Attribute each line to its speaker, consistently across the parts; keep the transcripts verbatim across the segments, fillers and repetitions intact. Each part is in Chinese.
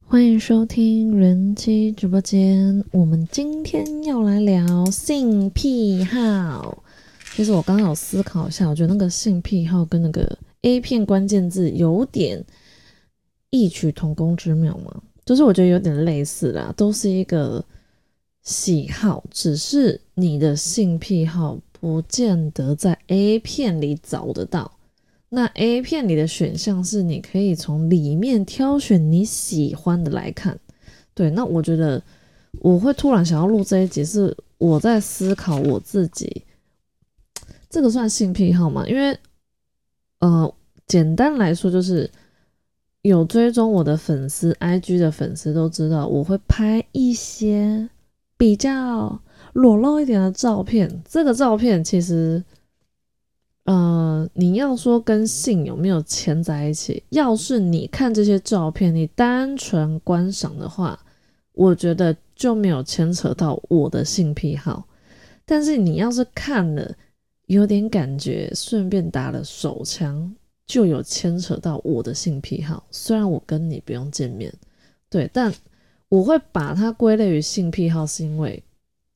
Speaker 1: 欢迎收听人妻直播间，我们今天要来聊性癖好。其实我刚刚有思考一下，我觉得那个性癖好跟那个 A 片关键字有点异曲同工之妙嘛，就是我觉得有点类似啦，都是一个喜好，只是你的性癖好不见得在 A 片里找得到。那 A 片里的选项是你可以从里面挑选你喜欢的来看。对，那我觉得我会突然想要录这一集，是我在思考我自己，这个算性癖好吗？因为呃，简单来说就是有追踪我的粉丝 I G 的粉丝都知道，我会拍一些比较裸露一点的照片。这个照片其实呃，你要说跟性有没有牵在一起，要是你看这些照片，你单纯观赏的话，我觉得就没有牵扯到我的性癖好。但是你要是看了有点感觉，顺便打了手枪，就有牵扯到我的性癖好。虽然我跟你不用见面，对，但我会把它归类于性癖好，是因为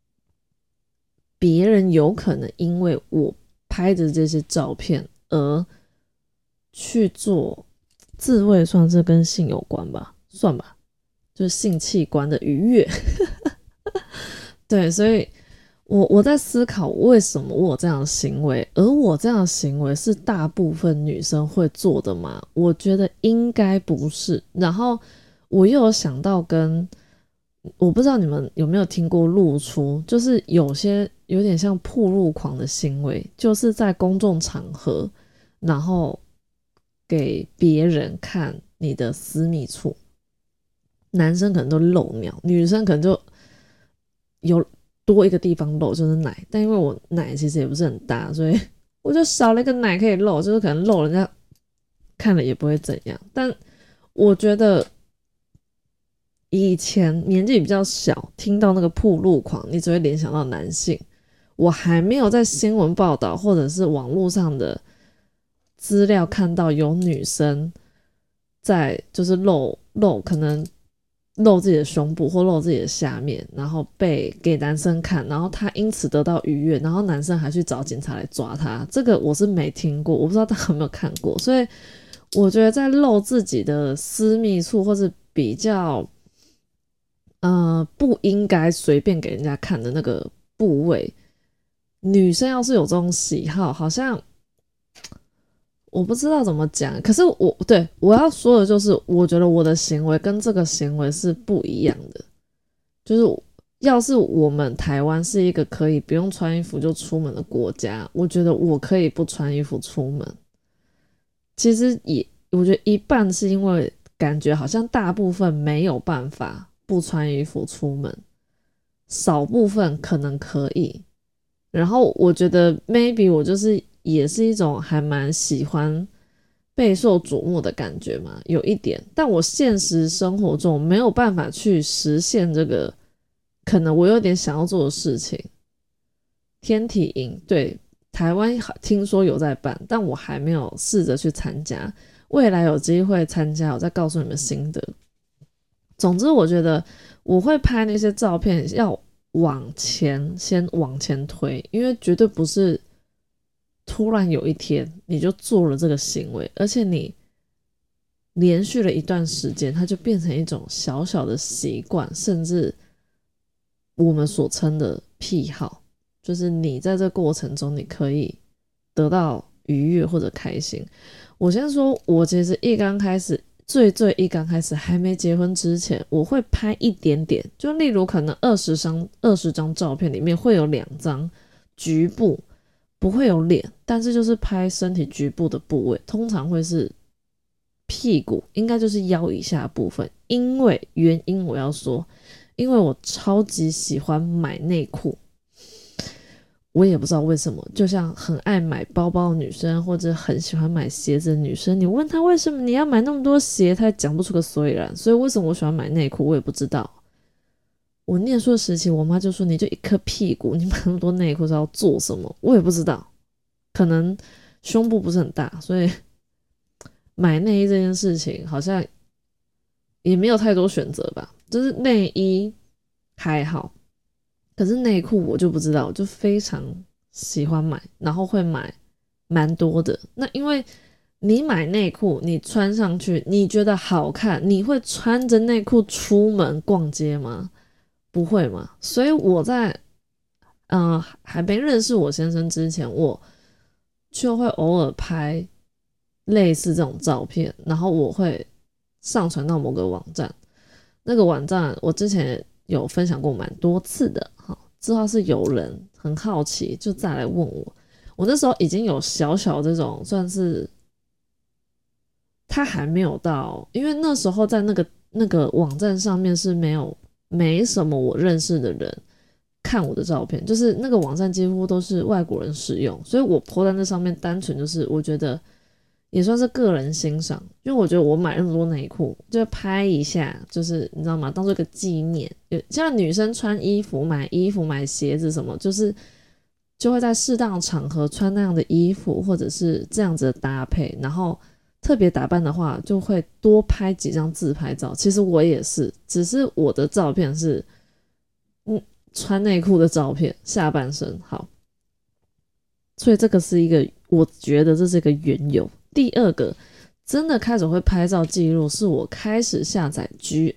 Speaker 1: 别人有可能因为我拍的这些照片而去做自慰，算是跟性有关吧，算吧，就是性器官的愉悦。对，所以我我在思考为什么我有这样的行为，而我这样的行为是大部分女生会做的吗？我觉得应该不是。然后我又有想到跟我不知道你们有没有听过露出，就是有些有点像暴露狂的行为，就是在公众场合，然后给别人看你的私密处。男生可能都露鸟，女生可能就有多一个地方露，就是奶。但因为我奶其实也不是很大，所以我就少了一个奶可以露，就是可能露人家看了也不会怎样。但我觉得以前年纪比较小，听到那个暴露狂，你只会联想到男性。我还没有在新闻报道或者是网络上的资料看到有女生在就是露露可能露自己的胸部或露自己的下面，然后被给男生看，然后他因此得到愉悦，然后男生还去找警察来抓他。这个我是没听过，我不知道大家有没有看过。所以我觉得在露自己的私密处或是比较呃不应该随便给人家看的那个部位，女生要是有这种喜好，好像我不知道怎么讲。可是我对我要说的就是，我觉得我的行为跟这个行为是不一样的。就是要是我们台湾是一个可以不用穿衣服就出门的国家，我觉得我可以不穿衣服出门。其实也我觉得一半是因为感觉好像大部分没有办法不穿衣服出门，少部分可能可以。然后我觉得 maybe 我就是也是一种还蛮喜欢备受瞩目的感觉嘛，有一点。但我现实生活中没有办法去实现这个可能我有点想要做的事情。天体营，对，台湾听说有在办，但我还没有试着去参加。未来有机会参加，我再告诉你们心得。总之我觉得我会拍那些照片要往前先往前推，因为绝对不是突然有一天你就做了这个行为，而且你连续了一段时间，它就变成一种小小的习惯，甚至我们所称的癖好，就是你在这过程中你可以得到愉悦或者开心。我先说，我其实一刚开始最最一刚开始还没结婚之前，我会拍一点点，就例如可能二十张二十张照片里面会有两张局部，不会有脸，但是就是拍身体局部的部位，通常会是屁股，应该就是腰以下的部分。因为原因我要说，因为我超级喜欢买内裤。我也不知道为什么，就像很爱买包包的女生，或者很喜欢买鞋子的女生，你问她为什么你要买那么多鞋，她也讲不出个所以然。所以为什么我喜欢买内裤，我也不知道。我念书的时期，我妈就说你就一颗屁股，你买那么多内裤是要做什么？我也不知道，可能胸部不是很大，所以买内衣这件事情好像也没有太多选择吧，就是内衣还好，可是内裤我就不知道，我就非常喜欢买，然后会买蛮多的。那因为你买内裤，你穿上去，你觉得好看，你会穿着内裤出门逛街吗？不会嘛。所以我在呃还没认识我先生之前，我就会偶尔拍类似这种照片，然后我会上传到某个网站。那个网站我之前有分享过蛮多次的，好，之后是有人很好奇就再来问我。我那时候已经有小小这种算是，他还没有到，因为那时候在那个那个网站上面是没有没什么我认识的人看我的照片，就是那个网站几乎都是外国人使用，所以我 po 在那上面单纯就是我觉得也算是个人欣赏，因为我觉得我买那么多内裤就拍一下，就是你知道吗，当做一个纪念。像女生穿衣服买衣服买鞋子什么，就是就会在适当的场合穿那样的衣服或者是这样子的搭配，然后特别打扮的话就会多拍几张自拍照。其实我也是，只是我的照片是嗯穿内裤的照片，下半身好，所以这个是一个，我觉得这是一个缘由。第二个真的开始会拍照记录，是我开始下载 G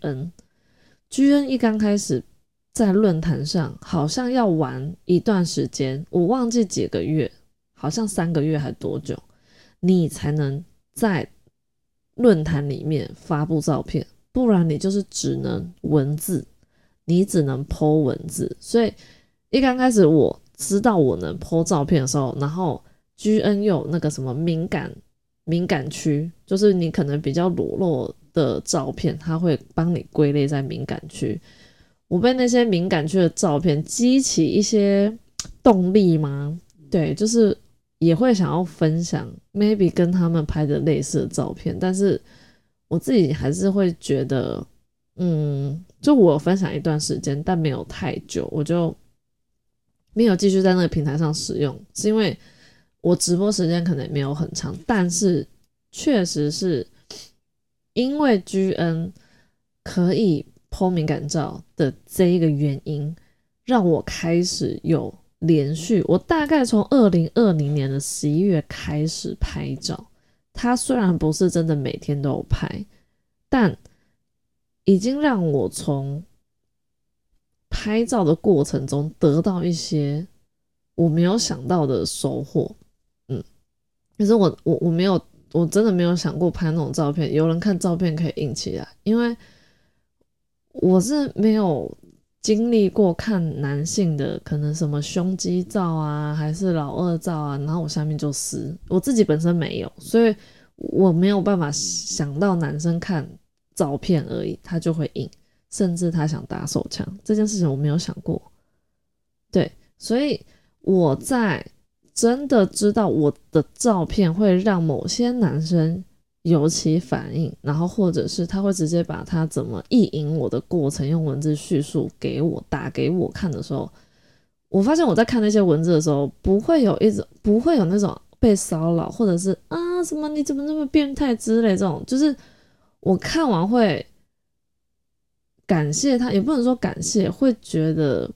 Speaker 1: N。G N 一刚开始在论坛上好像要玩一段时间，我忘记几个月，好像三个月还多久，你才能在论坛里面发布照片，不然你就是只能文字，你只能 po 文字。所以一刚开始我知道我能 po 照片的时候，然后 G N 又有那个什么敏感敏感区，就是你可能比较裸露的照片，它会帮你归类在敏感区。我被那些敏感区的照片激起一些动力吗？对，就是也会想要分享 maybe 跟他们拍的类似的照片，但是我自己还是会觉得嗯，就我有分享一段时间，但没有太久，我就没有继续在那个平台上使用，是因为我直播时间可能也没有很长，但是确实是因为 G N 可以 po 敏感照的这一个原因，让我开始有连续，我大概从二零二零年的十一月开始拍照。它虽然不是真的每天都有拍，但已经让我从拍照的过程中得到一些我没有想到的收获。嗯，可是我我我没有，我真的没有想过拍那种照片，有人看照片可以印起来，因为我是没有经历过看男性的可能什么胸肌照啊，还是老二照啊，然后我下面就撕，我自己本身没有，所以我没有办法想到男生看照片而已他就会印，甚至他想打手枪这件事情我没有想过。对，所以我在真的知道我的照片会让某些男生有其反应，然后或者是他会直接把他怎么意淫我的过程用文字叙述给我，打给我看的时候，我发现我在看那些文字的时候不会有一种不会有那种被骚扰或者是啊什么你怎么那么变态之类，这种就是我看完会感谢他，也不能说感谢，会觉得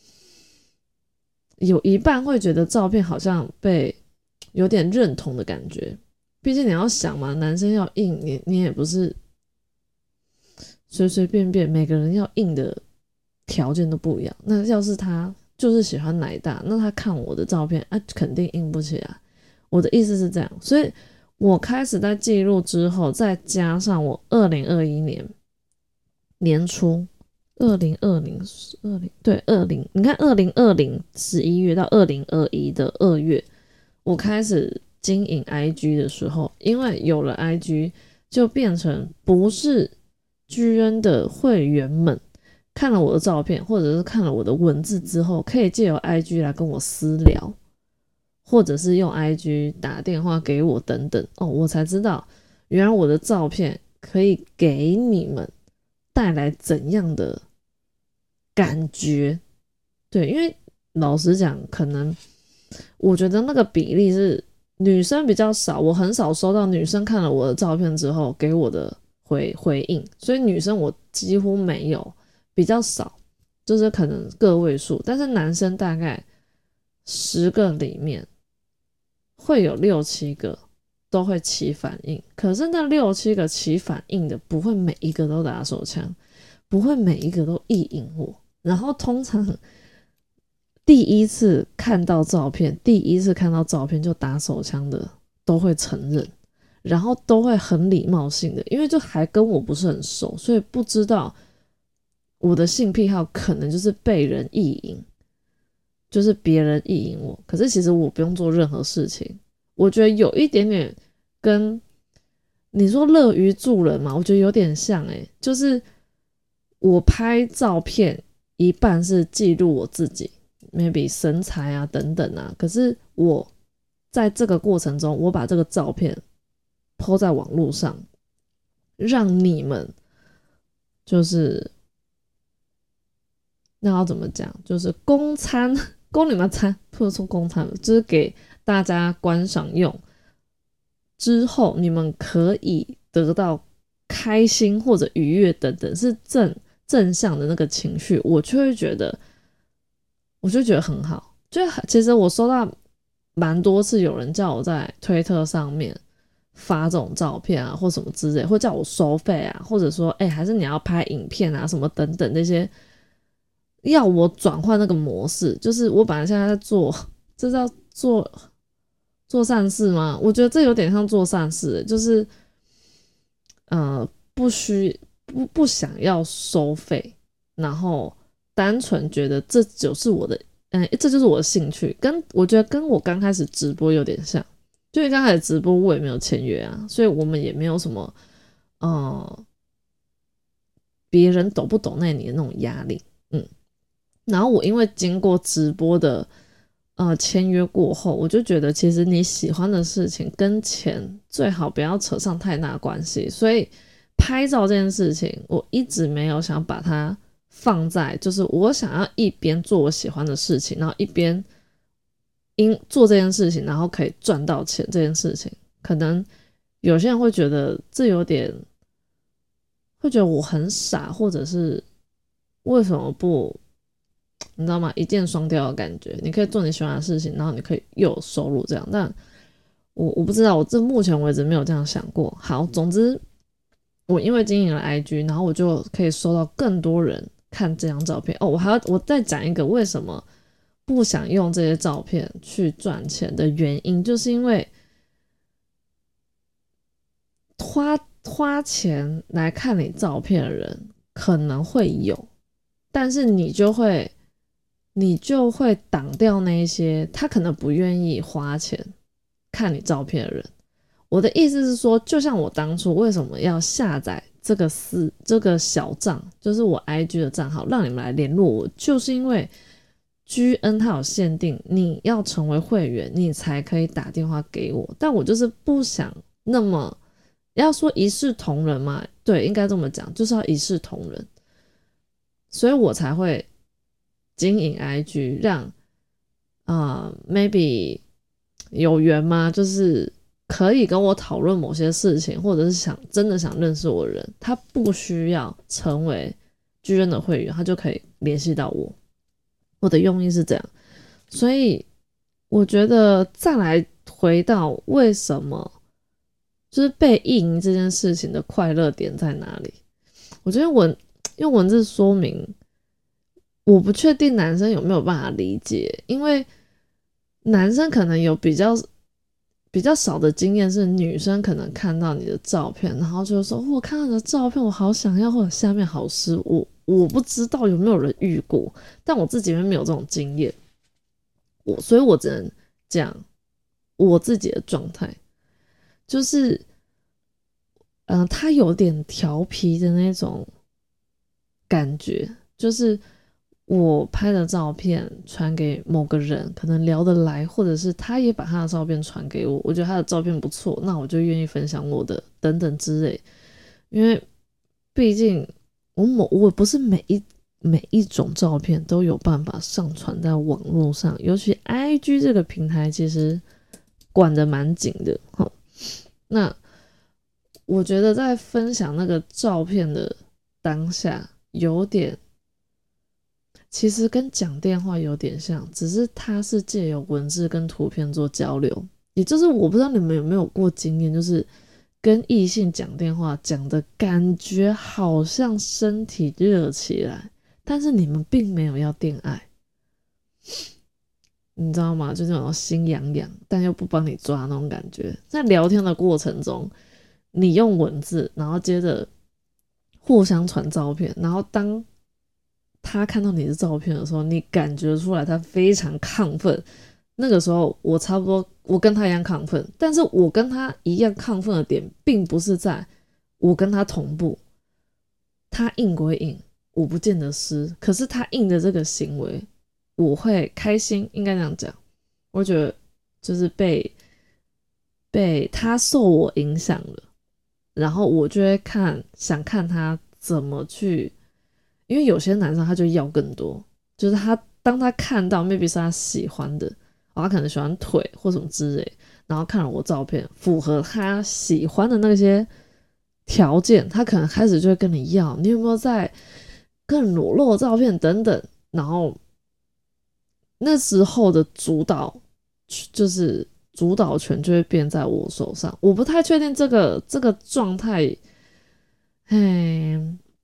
Speaker 1: 有一半会觉得照片好像被有点认同的感觉。毕竟你要想嘛，男生要硬，你你也不是随随便便，每个人要硬的条件都不一样。那要是他就是喜欢奶大，那他看我的照片啊，肯定硬不起来。我的意思是这样，所以我开始在记录之后，再加上我二零二一年年初，二零二零二零对二零，你看二零二零十一月到二零二一的二月，我开始经营 I G 的时候，因为有了 I G 就变成不是 G N 的会员们看了我的照片或者是看了我的文字之后，可以借由 I G 来跟我私聊，或者是用 I G 打电话给我等等。哦，我才知道原来我的照片可以给你们带来怎样的感觉。对，因为老实讲，可能我觉得那个比例是女生比较少，我很少收到女生看了我的照片之后给我的回回应，所以女生我几乎没有，比较少，就是可能个位数，但是男生大概十个里面会有六七个都会起反应，可是那六七个起反应的不会每一个都打手枪，不会每一个都意淫我，然后通常第一次看到照片，第一次看到照片就打手枪的都会承认，然后都会很礼貌性的，因为就还跟我不是很熟，所以不知道我的性癖好可能就是被人意淫，就是别人意淫我，可是其实我不用做任何事情。我觉得有一点点跟你说乐于助人嘛，我觉得有点像欸，就是我拍照片一半是记录我自己 maybe 身材啊等等啊，可是我在这个过程中我把这个照片 po 在网络上，让你们就是那要怎么讲，就是供餐供你们餐，不能说供餐，就是给大家观赏用之后，你们可以得到开心或者愉悦等等，是正正向的那个情绪，我就会觉得，我就觉得很好。就其实我收到蛮多次有人叫我在推特上面发这种照片啊，或什么之类，或叫我收费啊，或者说，哎、欸，还是你要拍影片啊，什么等等那些，要我转换那个模式。就是我本来现在在做，这叫做做善事吗？我觉得这有点像做善事，就是呃，不需不不想要收费，然后单纯觉得这就是我的，嗯、呃，这就是我的兴趣，跟我觉得跟我刚开始直播有点像。就是刚开始直播我也没有签约啊，所以我们也没有什么呃别人懂不懂那你的那种压力，嗯。然后我因为经过直播的呃签约过后，我就觉得其实你喜欢的事情跟钱最好不要扯上太大关系，所以拍照这件事情我一直没有想把它放在就是我想要一边做我喜欢的事情，然后一边因做这件事情然后可以赚到钱这件事情。可能有些人会觉得这有点会觉得我很傻，或者是为什么不你知道吗？一箭双雕的感觉，你可以做你喜欢的事情，然后你可以又有收入这样。但我我不知道，我这目前为止没有这样想过。好，总之我因为经营了 I G， 然后我就可以收到更多人看这张照片。哦，我还要我再讲一个为什么不想用这些照片去赚钱的原因，就是因为花花钱来看你照片的人可能会有，但是你就会你就会挡掉那一些他可能不愿意花钱看你照片的人。我的意思是说，就像我当初为什么要下载这个私这个小账，就是我 I G 的账号，让你们来联络我，就是因为 G N 它有限定，你要成为会员你才可以打电话给我，但我就是不想那么要说一视同仁嘛，对，应该这么讲，就是要一视同仁，所以我才会经营 I G， 让啊、呃、maybe 有缘吗？就是可以跟我讨论某些事情，或者是想真的想认识我的人，他不需要成为 G N 的会员，他就可以联系到我。我的用意是这样，所以我觉得再来回到为什么就是被意淫这件事情的快乐点在哪里？我觉得文用文字说明，我不确定男生有没有办法理解，因为男生可能有比较比较少的经验，是女生可能看到你的照片，然后就说我看到你的照片我好想要，或者下面好湿，我我不知道有没有人遇过，但我自己没有这种经验，我所以我只能讲我自己的状态，就是嗯、呃，他有点调皮的那种感觉，就是我拍的照片传给某个人，可能聊得来，或者是他也把他的照片传给我，我觉得他的照片不错，那我就愿意分享我的等等之类。因为毕竟我某我不是每一每一种照片都有办法上传在网络上，尤其 I G 这个平台其实管得蛮紧的。那我觉得在分享那个照片的当下，有点其实跟讲电话有点像，只是它是借由文字跟图片做交流。也就是我不知道你们有没有过经验，就是跟异性讲电话，讲的感觉好像身体热起来，但是你们并没有要恋爱，你知道吗？就那种心痒痒，但又不帮你抓那种感觉。在聊天的过程中，你用文字，然后接着互相传照片，然后当他看到你的照片的时候，你感觉出来他非常亢奋。那个时候我差不多，我跟他一样亢奋，但是我跟他一样亢奋的点，并不是在我跟他同步，他硬归硬，我不见得湿，可是他硬的这个行为，我会开心，应该这样讲。我觉得就是被被他受我影响了，然后我就会看，想看他怎么去，因为有些男生他就要更多，就是他当他看到 maybe 是他喜欢的。哦、他可能喜欢腿或什么之类，然后看了我照片符合他喜欢的那些条件，他可能开始就会跟你要，你有没有在更裸露的照片等等，然后那时候的主导就是主导权就会变在我手上。我不太确定这个这个状态，嘿，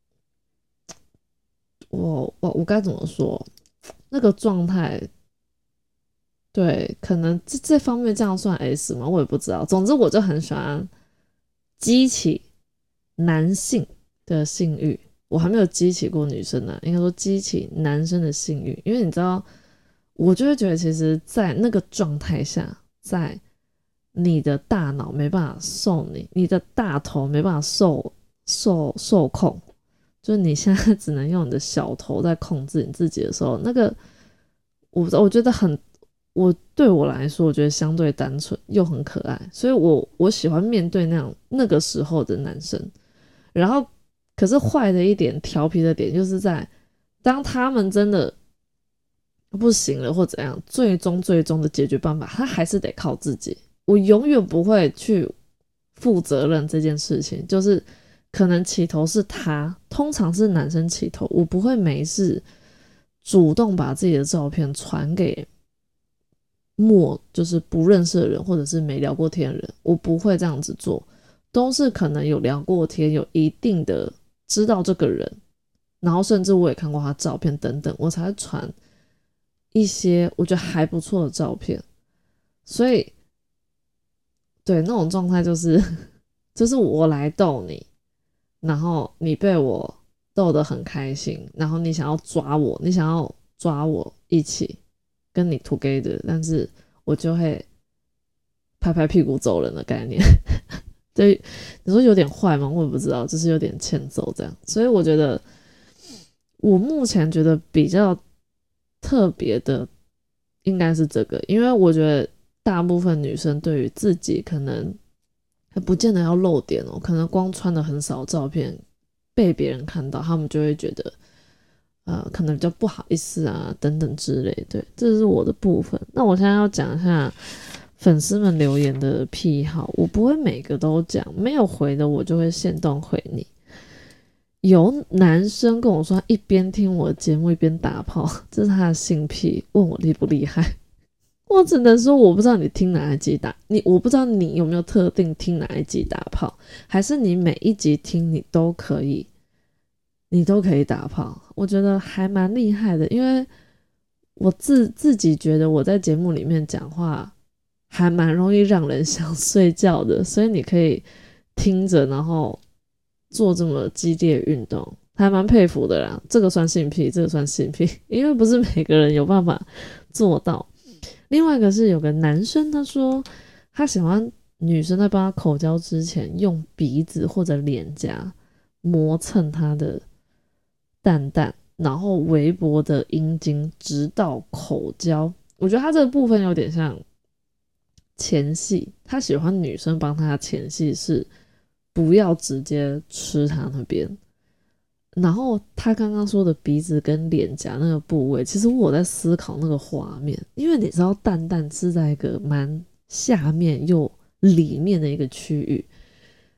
Speaker 1: 我我我该怎么说？那个状态。对，可能这这方面这样算 S 吗？我也不知道。总之，我就很喜欢激起男性的性欲。我还没有激起过女生呢、啊，应该说激起男生的性欲。因为你知道，我就会觉得，其实，在那个状态下，在你的大脑没办法受你，你的大头没办法受受受控，就是你现在只能用你的小头在控制你自己的时候，那个我我觉得很。我对我来说，我觉得相对单纯又很可爱，所以我我喜欢面对那样那个时候的男生。然后，可是坏的一点、调皮的点，就是在当他们真的不行了或怎样，最终最终的解决办法，他还是得靠自己。我永远不会去负责任这件事情，就是可能起头是他，通常是男生起头，我不会没事主动把自己的照片传给。陌就是不认识的人，或者是没聊过天的人，我不会这样子做，都是可能有聊过天，有一定的知道这个人，然后甚至我也看过他照片等等，我才会传一些我觉得还不错的照片。所以，对那种状态就是就是我来逗你，然后你被我逗得很开心，然后你想要抓我，你想要抓我一起。跟你 together， 但是我就会拍拍屁股走人的概念。对，你说有点坏吗？我也不知道，就是有点欠揍这样。所以我觉得，我目前觉得比较特别的应该是这个，因为我觉得大部分女生对于自己可能还不见得要露点哦，可能光穿的很少照片被别人看到，他们就会觉得。呃，可能比较不好意思啊，等等之类，对，这是我的部分。那我现在要讲一下粉丝们留言的癖好，我不会每个都讲，没有回的我就会限动回你。有男生跟我说，他一边听我的节目一边打炮，这是他的性癖，问我厉不厉害。我只能说，我不知道你听哪一集打你，我不知道你有没有特定听哪一集打炮，还是你每一集听你都可以。你都可以打炮，我觉得还蛮厉害的，因为我自自己觉得我在节目里面讲话还蛮容易让人想睡觉的，所以你可以听着，然后做这么激烈的运动，还蛮佩服的啦。这个算性癖，这个算性癖，因为不是每个人有办法做到。另外一个是有个男生，他说他喜欢女生在帮他口交之前，用鼻子或者脸颊磨蹭他的。蛋蛋，然后微薄的阴茎直到口交，我觉得他这个部分有点像前戏，他喜欢女生帮他前戏是不要直接吃他那边。然后他刚刚说的鼻子跟脸颊那个部位，其实我在思考那个画面，因为你知道蛋蛋是在一个蛮下面又里面的一个区域，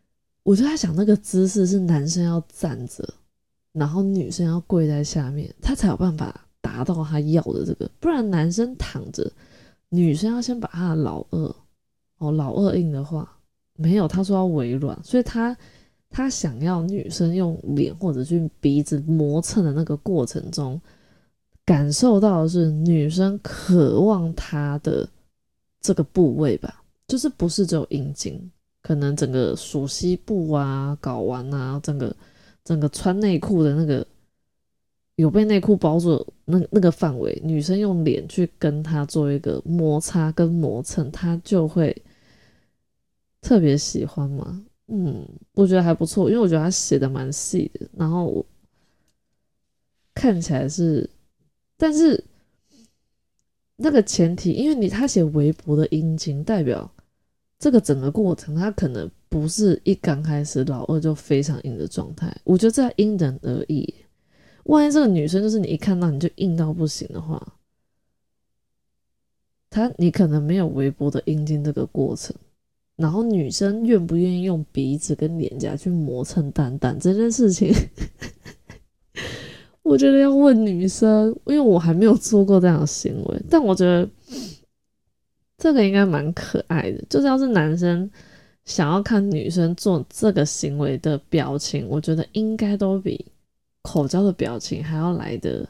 Speaker 1: 我就在想那个姿势是男生要站着，然后女生要跪在下面，他才有办法达到他要的这个，不然男生躺着，女生要先把他的老二哦老二硬的话，没有，他说要微软，所以他他想要女生用脸或者去鼻子磨蹭的那个过程中，感受到的是女生渴望他的这个部位吧，就是不是只有阴茎，可能整个属西部啊、睾丸啊，整个整个穿内裤的那个有被内裤包住的那那个范围，女生用脸去跟他做一个摩擦跟磨蹭，他就会特别喜欢嘛。嗯，我觉得还不错，因为我觉得他写的蛮细的，然后我看起来是，但是那个前提，因为你他写微薄的阴茎，代表这个整个过程，他可能不是一刚开始老二就非常硬的状态，我觉得这因人而异。万一这个女生就是你一看到你就硬到不行的话，她你可能没有微薄的阴茎这个过程。然后女生愿不愿意用鼻子跟脸颊去磨蹭蛋蛋这件事情我觉得要问女生，因为我还没有做过这样的行为，但我觉得这个应该蛮可爱的，就是要是男生想要看女生做这个行为的表情，我觉得应该都比口交的表情还要来的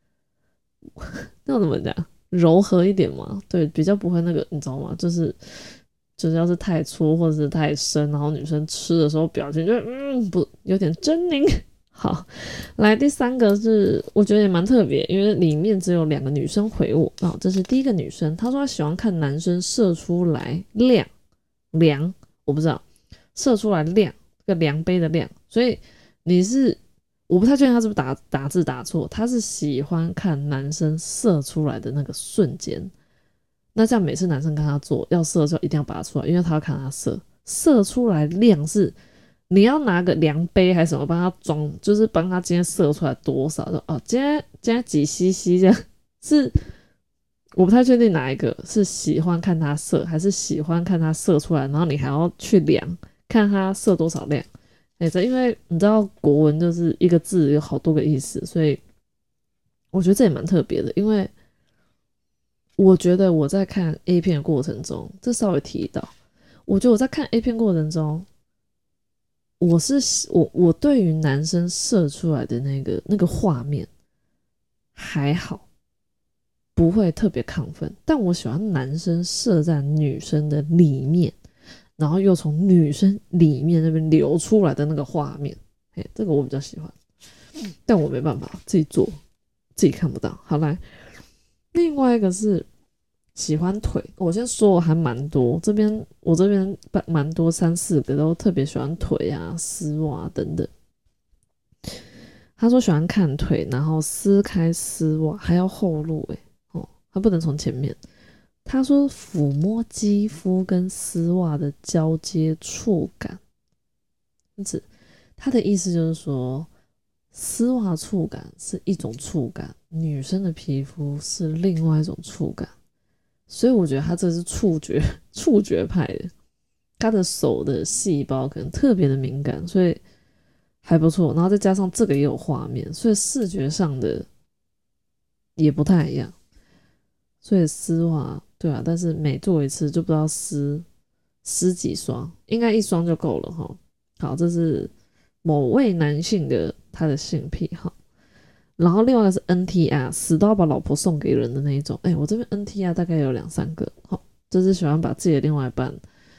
Speaker 1: 那怎么讲柔和一点嘛，对，比较不会那个你知道吗，就是就是要是太粗或者是太深，然后女生吃的时候表情就嗯不有点狰狞。好，来第三个是我觉得也蛮特别，因为里面只有两个女生回我哦，这是第一个女生，她说她喜欢看男生射出来亮量，我不知道射出来亮这个量杯的量，所以你是我不太确定她是不是打打字打错，她是喜欢看男生射出来的那个瞬间。那这样每次男生跟他做要射的时候一定要拔出来，因为他要看他射射出来量是你要拿个量杯还是什么帮他装，就是帮他今天射出来多少，就哦今天今天几 C C 这样，是我不太确定哪一个是喜欢看他射，还是喜欢看他射出来，然后你还要去量看他射多少量。哎，这因为你知道国文就是一个字有好多个意思，所以我觉得这也蛮特别的，因为我觉得我在看 A 片的过程中，这稍微提到，我觉得我在看 A 片过程中，我是我我对于男生射出来的那个那个画面还好，不会特别亢奋，但我喜欢男生射在女生的里面，然后又从女生里面那边流出来的那个画面，嘿，这个我比较喜欢，但我没办法自己做，自己看不到。好来。另外一个是喜欢腿，我先说我还蛮多，这边我这边蛮多三四个都特别喜欢腿啊、丝袜等等。他说喜欢看腿，然后撕开丝袜还要后露、欸，哦，他不能从前面。他说抚摸肌肤跟丝袜的交接触感，是他的意思就是说。丝袜触感是一种触感，女生的皮肤是另外一种触感，所以我觉得他这是触觉触觉派的，他的手的细胞可能特别的敏感，所以还不错。然后再加上这个也有画面，所以视觉上的也不太一样。所以丝袜对啊，但是每做一次就不知道撕撕几双，应该一双就够了哈。好，这是某位男性的他的性癖好。然后另外一个是 N T R， 死都要把老婆送给人的那一种。哎，我这边 N T R 大概有两三个，好，就是喜欢把自己的另外一半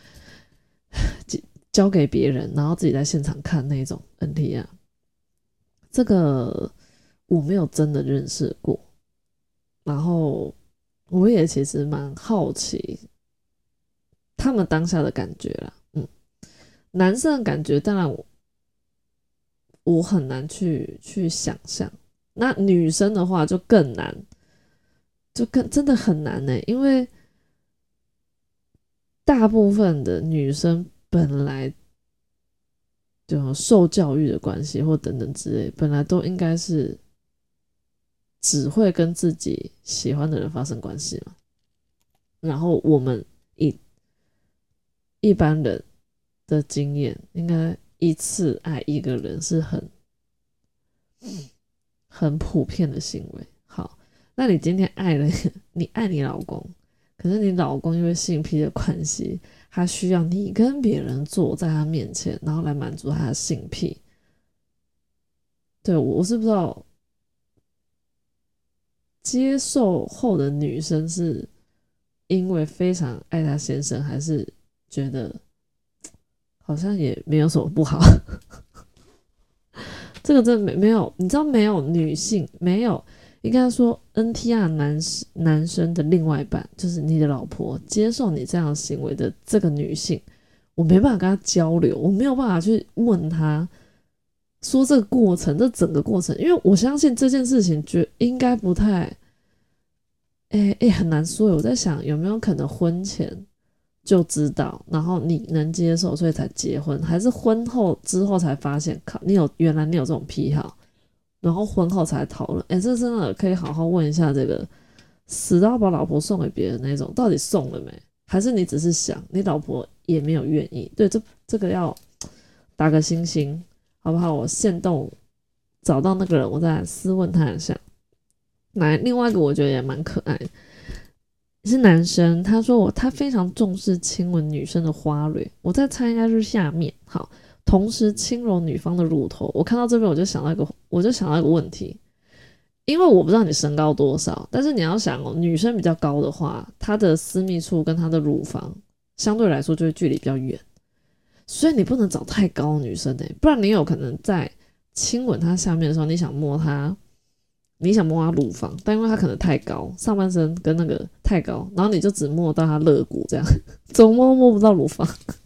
Speaker 1: 交给别人，然后自己在现场看那种 N T R。这个我没有真的认识过，然后我也其实蛮好奇他们当下的感觉啦。嗯，男生的感觉当然我我很难去去想象。那女生的话就更难，就更真的很难呢、欸，因为大部分的女生本来就受教育的关系或等等之类，本来都应该是只会跟自己喜欢的人发生关系嘛。然后我们一一般人的经验，应该一次爱一个人是很很普遍的行为。好，那你今天爱了你爱你老公，可是你老公因为性癖的关系，他需要你跟别人坐在他面前，然后来满足他的性癖。对，我是不知道接受后的女生是因为非常爱她先生，还是觉得好像也没有什么不好。这个真的没没有，你知道没有女性没有，应该说 N T R 男男生的另外一半，就是你的老婆接受你这样的行为的这个女性，我没办法跟她交流，我没有办法去问她说这个过程，这整个过程，因为我相信这件事情觉应该不太，哎、欸、哎、欸、很难说。我在想有没有可能婚前就知道，然后你能接受，所以才结婚，还是婚后之后才发现，靠，你有原来你有这种癖好，然后婚后才讨论。哎、欸，这真的可以好好问一下这个死到把老婆送给别人那种，到底送了没？还是你只是想，你老婆也没有愿意？对，这这个要打个星星。好不好？我限动找到那个人，我再来私问他一下。来，另外一个我觉得也蛮可爱的，是男生，他说我他非常重视亲吻女生的花蕊，我在猜应该是下面。好，同时轻柔女方的乳头。我看到这边我就想到一个，我就想到一个问题，因为我不知道你身高多少，但是你要想哦，女生比较高的话，她的私密处跟她的乳房相对来说就会距离比较远。所以你不能找太高的女生欸，不然你有可能在亲吻她下面的时候，你想摸她，你想摸她乳房，但因为她可能太高，上半身跟那个太高，然后你就只摸到她肋骨这样，怎么摸摸不到乳房。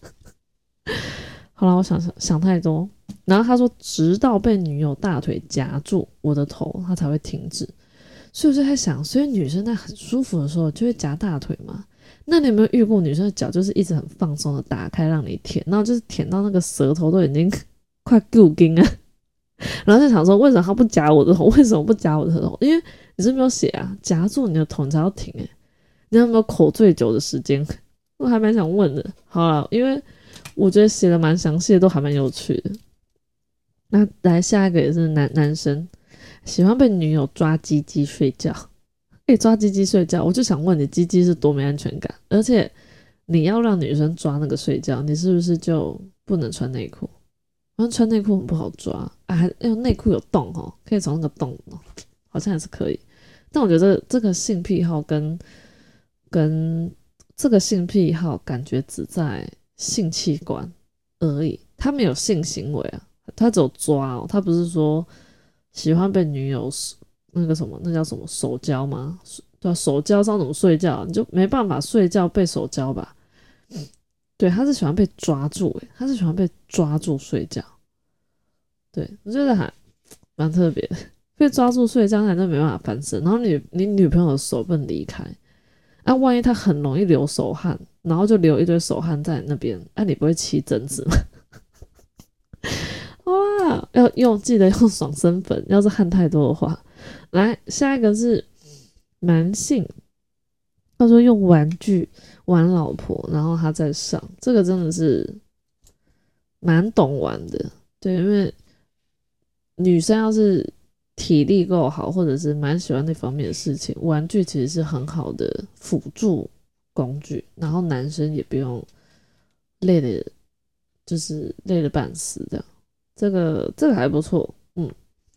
Speaker 1: 好了，我想想想太多。然后他说，直到被女友大腿夹住我的头，他才会停止。所以我就在想，所以女生在很舒服的时候就会夹大腿吗？那你有没有遇过女生的脚就是一直很放松的打开让你舔，然后就是舔到那个舌头都已经快够筋啊，然后就想说为什么他不夹我的头？为什么不夹我的头？因为你是没有写啊，夹住你的头你才要停诶、欸。你有没有口最久的时间？我还蛮想问的。好啦，因为我觉得写的蛮详细的，都还蛮有趣的。那来下一个也是男男生，喜欢被女友抓鸡鸡睡觉。欸，抓鸡鸡睡觉，我就想问你，鸡鸡是多没安全感？而且你要让女生抓那个睡觉，你是不是就不能穿内裤？然后穿内裤很不好抓啊，还因为内裤有洞哦，可以从那个洞哦，好像还是可以。但我觉得这个性癖好跟跟这个性癖好感觉只在性器官而已，他没有性行为啊，他只有抓哦，他不是说喜欢被女友那个什么，那叫什么手交吗？对啊，手交上怎么睡觉？你就没办法睡觉被手交吧？对，他是喜欢被抓住，诶，他是喜欢被抓住睡觉。对，我觉得还蛮特别的，被抓住睡觉，那就没办法翻身。然后你你女朋友的手不能离开，啊，万一他很容易流手汗，然后就流一堆手汗在那边，啊，你不会起疹子吗？哇，要用记得用爽身粉，要是汗太多的话。来，下一个是男性，他说用玩具玩老婆，然后他再上，这个真的是蛮懂玩的。对，因为女生要是体力够好，或者是蛮喜欢那方面的事情，玩具其实是很好的辅助工具，然后男生也不用累的，就是累得半死这样。这个这个还不错，嗯。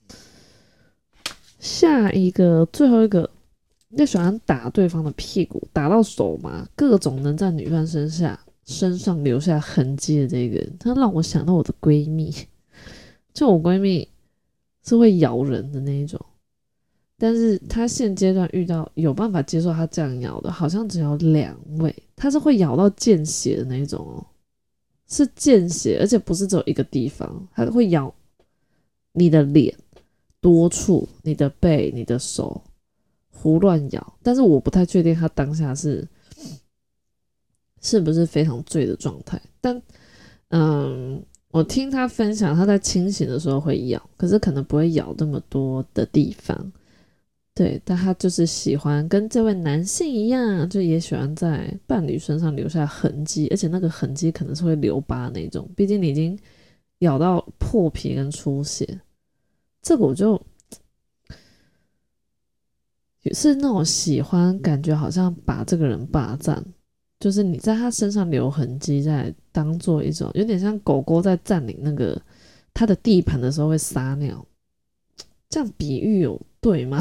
Speaker 1: 下一个，最后一个，你喜欢打对方的屁股，打到手麻，各种能在女方身下身上留下痕迹的这个人，他让我想到我的闺蜜，就我闺蜜是会咬人的那一种，但是她现阶段遇到有办法接受她这样咬的，好像只有两位，她是会咬到见血的那一种哦，是见血，而且不是只有一个地方，她会咬你的脸。多处，你的背、你的手胡乱咬，但是我不太确定他当下是是不是非常醉的状态。但嗯，我听他分享，他在清醒的时候会咬，可是可能不会咬那么多的地方。 对，但他就是喜欢跟这位男性一样，就也喜欢在伴侣身上留下痕迹，而且那个痕迹可能是会留疤那种，毕竟你已经咬到破皮跟出血。这个我就是那种喜欢，感觉好像把这个人霸占，就是你在他身上留痕迹，在当做一种有点像狗狗在占领那个他的地盘的时候会撒尿，这样比喻有对吗？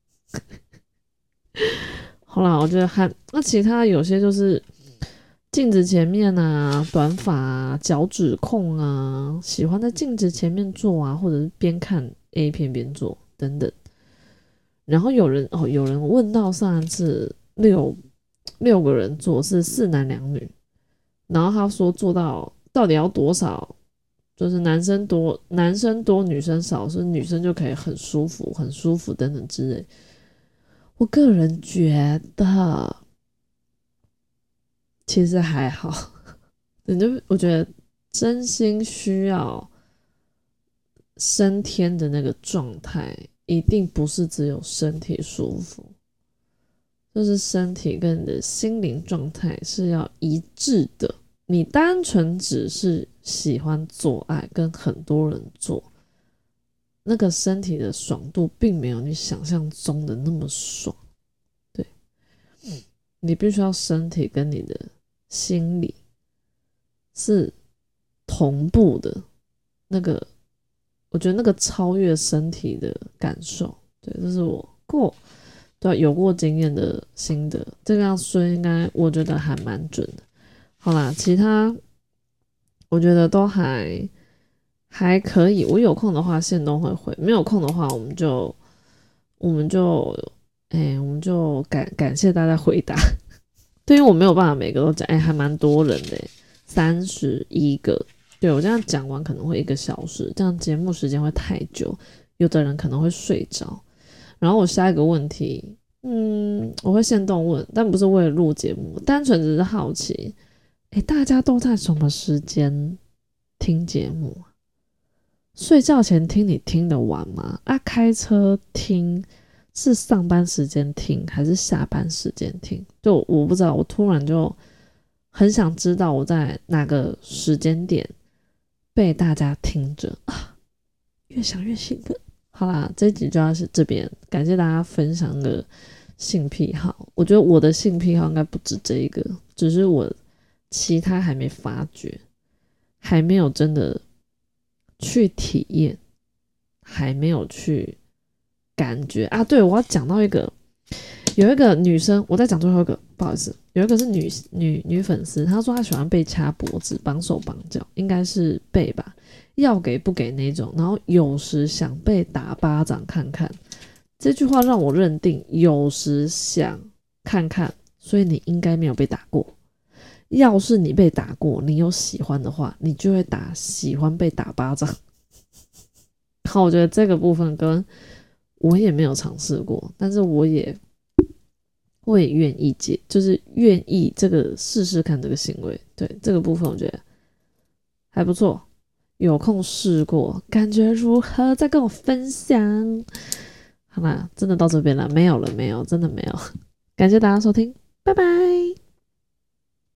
Speaker 1: 好啦，我觉得还那其他有些就是镜子前面啊、短发啊、脚趾控啊，喜欢在镜子前面做啊，或者是边看 A 片边做等等。然后有人哦，有人问到上一次六六个人做是四男两女，然后他说做到到底要多少，就是男生多男生多女生少，是女生就可以很舒服很舒服等等之类。我个人觉得其实还好，就我觉得真心需要升天的那个状态，一定不是只有身体舒服，就是身体跟你的心灵状态是要一致的。你单纯只是喜欢做爱，跟很多人做，那个身体的爽度并没有你想象中的那么爽。对，你必须要身体跟你的心理是同步的，那个我觉得那个超越身体的感受，对，这是我过对有过经验的心得，这个样说应该我觉得还蛮准的。好啦，其他我觉得都还还可以，我有空的话线都会回，没有空的话我们就我们就哎、欸，我们就感感谢大家回答。对，因为我没有办法每个都讲，哎、欸，还蛮多人的，三十一个。对，我这样讲完可能会一个小时，这样节目时间会太久，有的人可能会睡着。然后我下一个问题，嗯，我会限动问，但不是为了录节目，单纯只是好奇，哎，大家都在什么时间听节目？睡觉前听你听得完吗？啊，开车听是上班时间听还是下班时间听？就我不知道，我突然就很想知道我在哪个时间点被大家听着啊，越想越兴奋。好啦，这集就要是这边，感谢大家分享的性癖好。我觉得我的性癖好应该不止这一个，只是我其他还没发觉，还没有真的去体验，还没有去感觉啊。对，我要讲到一个，有一个女生，我再讲最后一个，不好意思，有一个是女女女粉丝，她说她喜欢被掐脖子、绑手绑脚，应该是背吧。要给不给那种，然后有时想被打巴掌看看，这句话让我认定有时想看看，所以你应该没有被打过。要是你被打过，你有喜欢的话，你就会打喜欢被打巴掌。好，我觉得这个部分跟我也没有尝试过，但是我也我也愿意接，就是愿意这个试试看这个行为。对，这个部分我觉得还不错。有空试过，感觉如何？再跟我分享。好啦，真的到这边了，没有了，没有，真的没有。感谢大家收听，拜拜。